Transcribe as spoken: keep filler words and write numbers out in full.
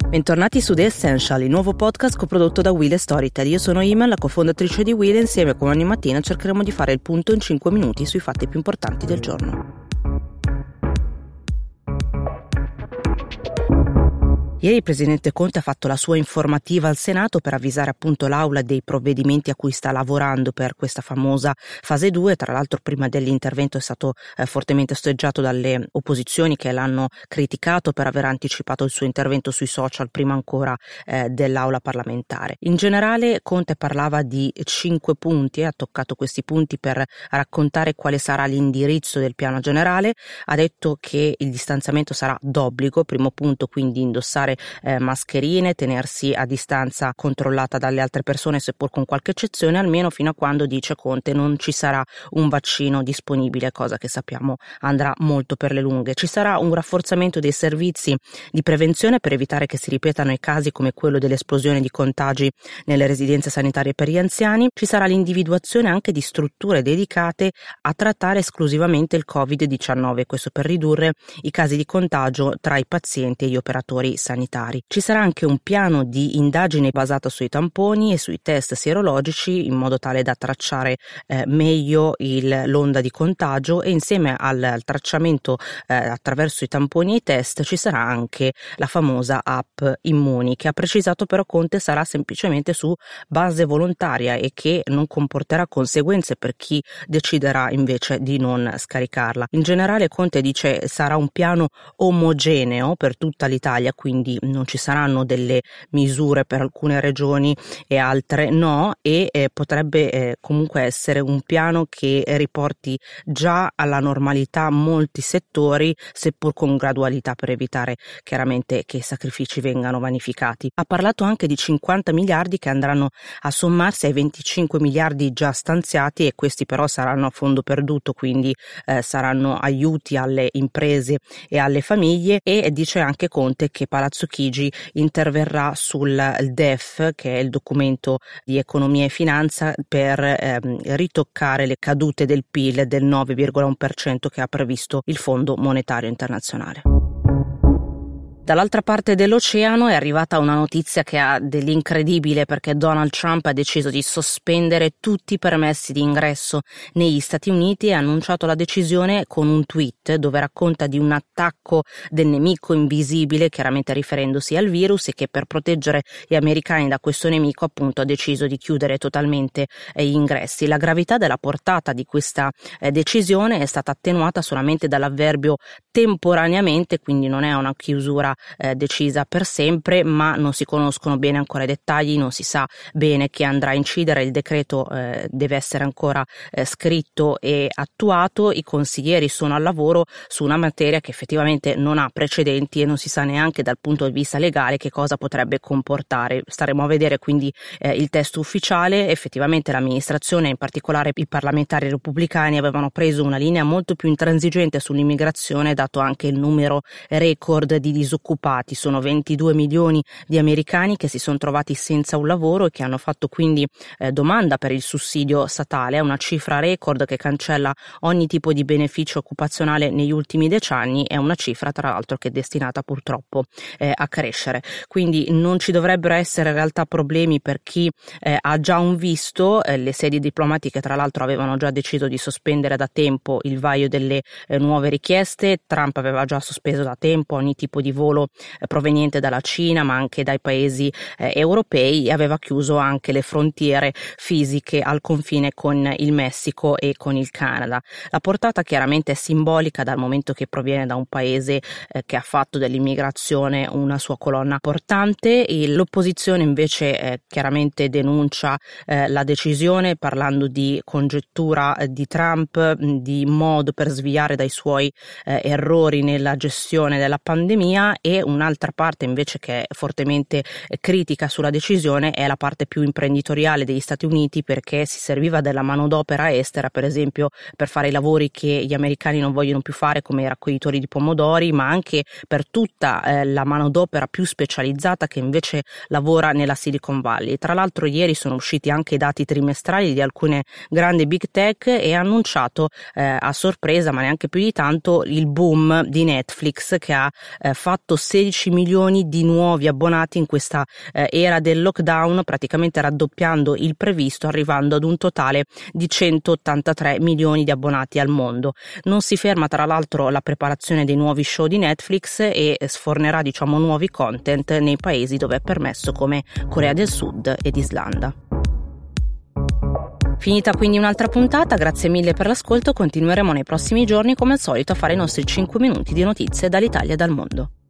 Bentornati su The Essential, il nuovo podcast coprodotto da Will e Storytel. Io sono Iman, la cofondatrice di Will, e insieme come ogni mattina cercheremo di fare il punto in cinque minuti sui fatti più importanti del giorno. Ieri il presidente Conte ha fatto la sua informativa al Senato per avvisare appunto l'Aula dei provvedimenti a cui sta lavorando per questa famosa fase due. Tra l'altro prima dell'intervento è stato eh, fortemente osteggiato dalle opposizioni che l'hanno criticato per aver anticipato il suo intervento sui social prima ancora eh, dell'Aula parlamentare. In generale Conte parlava di cinque punti, ha toccato questi punti per raccontare quale sarà l'indirizzo del piano generale. Ha detto che il distanziamento sarà d'obbligo, primo punto quindi indossare Eh, mascherine, tenersi a distanza controllata dalle altre persone, seppur con qualche eccezione, almeno fino a quando, dice Conte, non ci sarà un vaccino disponibile, cosa che sappiamo andrà molto per le lunghe. Ci sarà un rafforzamento dei servizi di prevenzione per evitare che si ripetano i casi come quello dell'esplosione di contagi nelle residenze sanitarie per gli anziani. Ci sarà l'individuazione anche di strutture dedicate a trattare esclusivamente il covid diciannove, questo per ridurre i casi di contagio tra i pazienti e gli operatori sanitari. sanitari. Ci sarà anche un piano di indagine basato sui tamponi e sui test sierologici in modo tale da tracciare eh, meglio il, l'onda di contagio, e insieme al, al tracciamento eh, attraverso i tamponi e i test ci sarà anche la famosa app Immuni, che ha precisato però Conte sarà semplicemente su base volontaria e che non comporterà conseguenze per chi deciderà invece di non scaricarla. In generale Conte dice sarà un piano omogeneo per tutta l'Italia, quindi non ci saranno delle misure per alcune regioni e altre no, e eh, potrebbe eh, comunque essere un piano che riporti già alla normalità molti settori, seppur con gradualità, per evitare chiaramente che i sacrifici vengano vanificati. Ha parlato anche di cinquanta miliardi che andranno a sommarsi ai venticinque miliardi già stanziati, e questi però saranno a fondo perduto, quindi eh, saranno aiuti alle imprese e alle famiglie. E dice anche Conte che Palazzo Chigi interverrà sul D E F, che è il documento di economia e finanza, per ehm, ritoccare le cadute del P I L del nove virgola uno per cento che ha previsto il Fondo Monetario Internazionale. Dall'altra parte dell'oceano è arrivata una notizia che ha dell'incredibile, perché Donald Trump ha deciso di sospendere tutti i permessi di ingresso negli Stati Uniti e ha annunciato la decisione con un tweet dove racconta di un attacco del nemico invisibile, chiaramente riferendosi al virus, e che per proteggere gli americani da questo nemico appunto ha deciso di chiudere totalmente gli ingressi. La gravità della portata di questa eh, decisione è stata attenuata solamente dall'avverbio temporaneamente, quindi non è una chiusura Eh, decisa per sempre, ma non si conoscono bene ancora i dettagli, non si sa bene chi andrà a incidere. Il decreto eh, deve essere ancora eh, scritto e attuato. I consiglieri sono al lavoro su una materia che effettivamente non ha precedenti e non si sa neanche dal punto di vista legale che cosa potrebbe comportare. Staremo a vedere quindi eh, il testo ufficiale. Effettivamente l'amministrazione, in particolare i parlamentari repubblicani, avevano preso una linea molto più intransigente sull'immigrazione, dato anche il numero record di disoccupati. Sono ventidue milioni di americani che si sono trovati senza un lavoro e che hanno fatto quindi eh, domanda per il sussidio statale. È una cifra record che cancella ogni tipo di beneficio occupazionale negli ultimi decenni. È una cifra tra l'altro che è destinata purtroppo eh, a crescere, quindi non ci dovrebbero essere in realtà problemi per chi eh, ha già un visto. Eh, le sedi diplomatiche tra l'altro avevano già deciso di sospendere da tempo il vaglio delle eh, nuove richieste. Trump aveva già sospeso da tempo ogni tipo di volo proveniente dalla Cina, ma anche dai paesi eh, europei, e aveva chiuso anche le frontiere fisiche al confine con il Messico e con il Canada. La portata chiaramente è simbolica, dal momento che proviene da un paese eh, che ha fatto dell'immigrazione una sua colonna portante. E l'opposizione invece eh, chiaramente denuncia eh, la decisione, parlando di congettura eh, di Trump, di modo per sviare dai suoi eh, errori nella gestione della pandemia. E un'altra parte invece che è fortemente critica sulla decisione è la parte più imprenditoriale degli Stati Uniti, perché si serviva della manodopera estera, per esempio per fare i lavori che gli americani non vogliono più fare, come i raccoglitori di pomodori, ma anche per tutta eh, la manodopera più specializzata che invece lavora nella Silicon Valley. Tra l'altro ieri sono usciti anche i dati trimestrali di alcune grandi big tech e ha annunciato eh, a sorpresa, ma neanche più di tanto, il boom di Netflix, che ha eh, fatto centosedici milioni di nuovi abbonati in questa eh, era del lockdown, praticamente raddoppiando il previsto, arrivando ad un totale di centottantatré milioni di abbonati al mondo. Non si ferma tra l'altro la preparazione dei nuovi show di Netflix e sfornerà diciamo nuovi content nei paesi dove è permesso, come Corea del Sud ed Islanda. Finita quindi un'altra puntata, grazie mille per l'ascolto, continueremo nei prossimi giorni come al solito a fare i nostri cinque minuti di notizie dall'Italia e dal mondo.